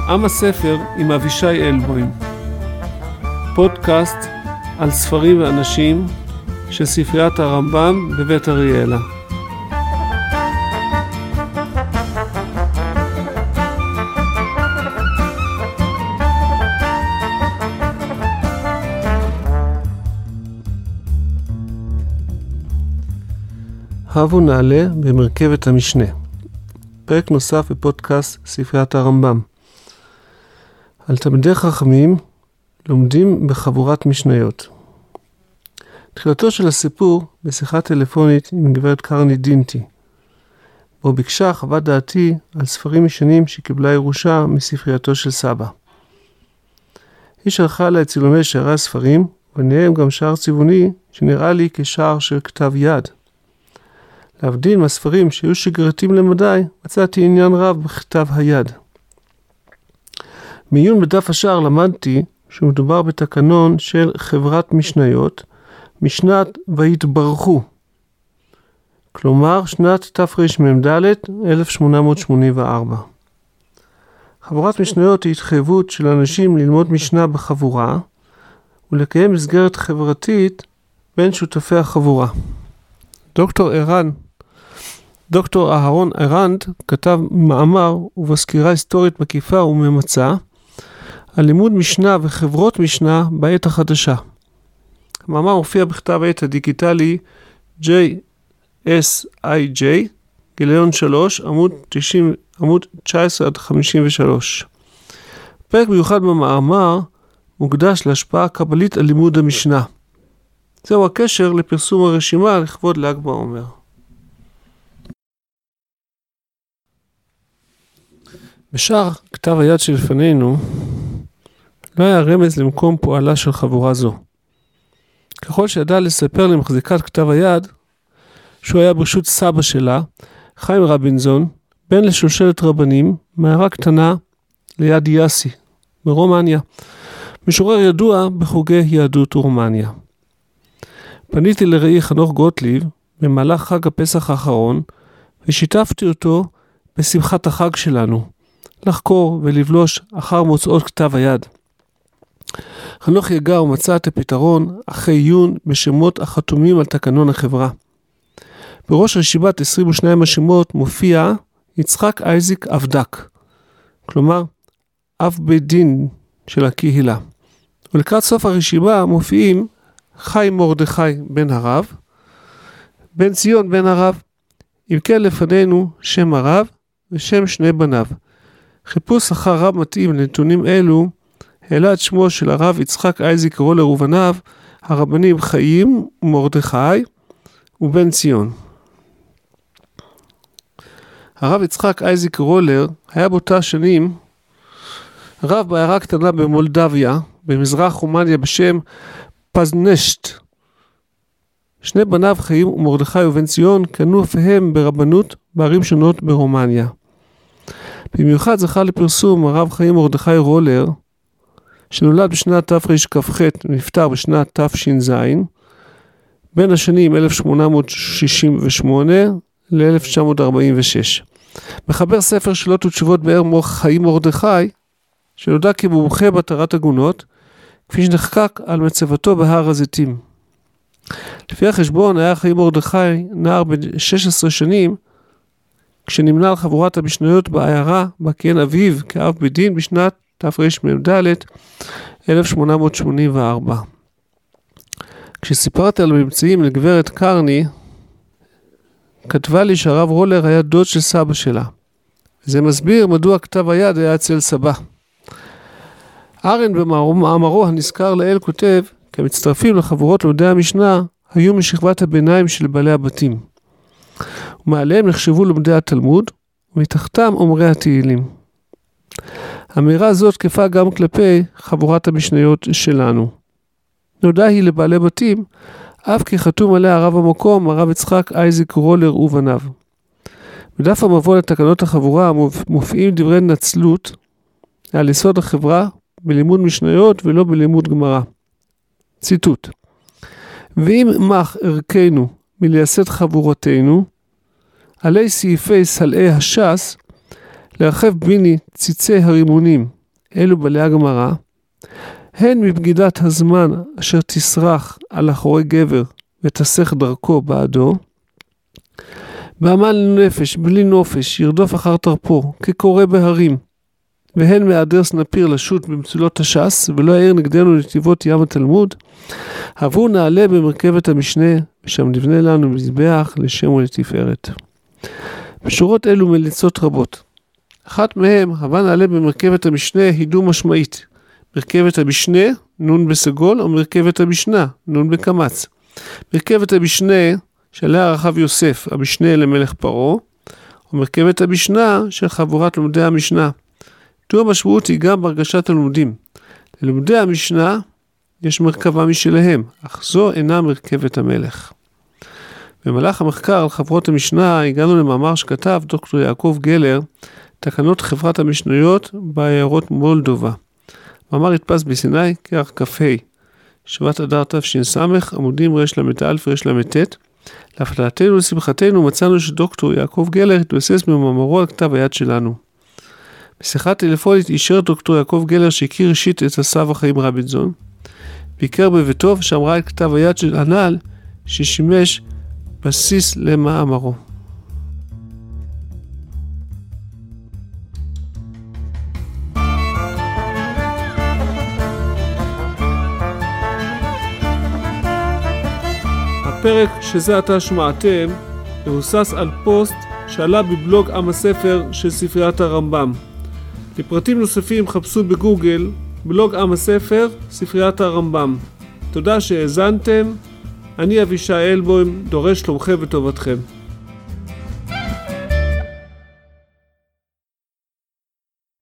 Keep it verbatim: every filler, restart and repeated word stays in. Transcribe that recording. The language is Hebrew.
עם הספר עם אבישי אלבוים, פודקאסט על ספרים ואנשים של ספריית הרמב"ם בבית אריאלה. הבו נעלה במרכבת המשנה, פרק נוסף בפודקאסט ספריית הרמב"ם. על תלמידי חכמים לומדים בחבורת משניות. תחילתו של הסיפור בשיחה טלפונית עם גברת קרני דינטי, בו ביקשה חוות דעתי על ספרים ישנים שקיבלה ירושה מספרייתו של סבא. היא שלחה לה את צילומי שערי הספרים, וביניהם גם שער צבעוני שנראה לי כשער של כתב יד. להבדיל מהספרים שהיו שגרתיים למדי, מצאתי עניין רב בכתב היד. מעיון בדף השער למדתי שמדובר בתקנון של חברת משניות משנת ויתברכו, כלומר שנת תרמ"ד אלף שמונה מאות שמונים וארבע. חברת משניות היא התחייבות של אנשים ללמוד משנה בחבורה ולקיים מסגרת חברתית בין שותפי החבורה. דוקטור ערן דוקטור אהרון ארנד כתב מאמר ובסקירה היסטורית מקיפה וממצה על לימוד משנה וחברות משנה בעת החדשה. המאמר מופיע בכתב העת הדיגיטלי ג'יי אס איי ג'יי, גיליון שלוש, עמוד, תשעים, עמוד תשע עשרה עד חמישים ושלוש. פרק מיוחד במאמר מוקדש להשפעה קבלית על לימוד המשנה. זהו הקשר לפרסום הרשימה לכבוד ל"ג בעומר. בשאר כתב היד שלפנינו לא היה רמז למקום פועלה של חבורה זו. ככל שידע לספר למחזיקת כתב היד שהוא היה ברשות סבא שלה, חיים רבינזון, בן לשושלת רבנים, מעיירה קטנה ליד יאסי, ברומניה, משורר ידוע בחוגי יהדות רומניה. פניתי לראי חנוך גוטליב במהלך חג הפסח האחרון, ושיתפתי אותו בשמחת החג שלנו, לחקור ולבלוש אחר מוצאות כתב היד. חנוך יגע ומצא את הפתרון אחרי עיון בשמות החתומים על תקנון החברה. בראש רשימת עשרים ושניים השמות מופיע יצחק אייזיק אבדק, כלומר אב בית דין של הקהילה. ולקראת סוף הרשימה מופיעים חיים מרדכי בן הרב, בן ציון בן הרב. אם כן לפנינו שם הרב ושם שני בניו. חיפוש אחר רב מתאים לנתונים אלו העלה את שמו של הרב יצחק אייזיק רולר ובניו, הרבנים חיים מרדכי ובן ציון. הרב יצחק אייזיק רולר היה באותה שנים רב בעיירה קטנה במולדביה, במזרח רומניה בשם פזנשט. שני בניו חיים ומרדכי ובן ציון כנו אפיהם ברבנות בערים שונות ברומניה. במיוחד זכה לפרסום הרב חיים מרדכי רולר, שנולד בשנת תרכ"ח ונפטר בשנת תש"ז, בין השנים אלף שמונה מאות שישים ושמונה ל-אלף תשע מאות ארבעים ושש. מחבר ספר שאלות ותשובות באר חיים מרדכי, שנודע כמומחה בתורת עגונות, כפי שנחקק על מצבתו בהר הזיתים. לפי החשבון היה חיים מרדכי נער בן שש עשרה שנים, כשנמנה על חבורת המשניות בעיירה, בה כיהן אביו כאב בית דין בשנת תרמ"ד אלף שמונה מאות שמונים וארבע. כשסיפרתי על הממצאים לגברת קרני, כתבה לי שהרב רולר היה דוד של סבא שלה. זה מסביר מדוע כתב היד היה אצל סבא. ארן במאמרו הנזכר לאל כותב כי המצטרפים לחבורות לומדי המשנה היו משכבת הביניים של בעלי הבתים. ומעליהם נחשבו לומדי התלמוד, ומתחתם אומרי התהילים. האמירה הזאת תקפה גם כלפי חבורת המשניות שלנו. נודע היא לבעלי בתים, אף כי חתום עליה הרב המקום, הרב יצחק אייזיק רולר ובניו. בדף המבוא לתקנות החבורה מופיעים דברי נצלות על יסוד החברה בלימוד משניות ולא בלימוד גמרא. ציטוט: ואם מח ערכנו מלייסד חבורתנו, עלי סעיפי סלעי הש"ס, להרחב ביני ציצי הרימונים, אלו בעלי הגמרא, הן מבגידת הזמן אשר תסרח על אחורי גבר ותסך דרכו בעדו, בעמל נפש, בלי נופש, ירדוף אחר תרפו, כקורא בהרים, והן מהיעדר סנפיר לשוט במצולות הש"ס, ולא יאיר נגדנו נתיבות ים התלמוד, הבו נעלה במרכבת המשנה, ושם נבנה לנו מזבח לשם ולתפארת. בשורות אלו מליצות רבות. אחת מהם, הבא נעלה במרכבת המשנה, היא דו משמעית. מרכבת המשנה, נון בסגול, או מרכבת המשנה, נון בקמץ. מרכבת המשנה, שעליה רחב יוסף, המשנה למלך פרעה, או מרכבת המשנה של חבורת לומדי המשנה. דו המשמעות היא גם בהרגשת הלומדים. ללומדי המשנה יש מרכבה משלהם, אך זו אינה מרכבת המלך. במהלך המחקר על חברות המשנה הגענו למאמר שכתב דוקטור יעקב גלר, תקנות חברת המשניות בעיירות מולדובה. מאמר הדפס בסיני, כרך כ"ה, שבט אדר תש"ס, עמודים רש למ"א ורש למ"ט. להפתעתנו ולשמחתנו מצאנו שדוקטור יעקב גלר התבסס במאמרו על כתב היד שלנו. בשיחה טלפונית אישר דוקטור יעקב גלר שהכיר אישית את הסבא חיים רבינסון, ביקר בביתו ושם ראה את כתב היד של הנ"ל ששימש בסיס למאמרו. הפרק שזה עתה שמעתם מבוסס על פוסט שעלה בבלוג עם הספר של ספריית הרמב"ם. לפרטים נוספים חפשו בגוגל בלוג עם הספר ספריית הרמב"ם. תודה שהאזנתם. אני אבישי אלבוים, דורש שלומכם וטובתכם.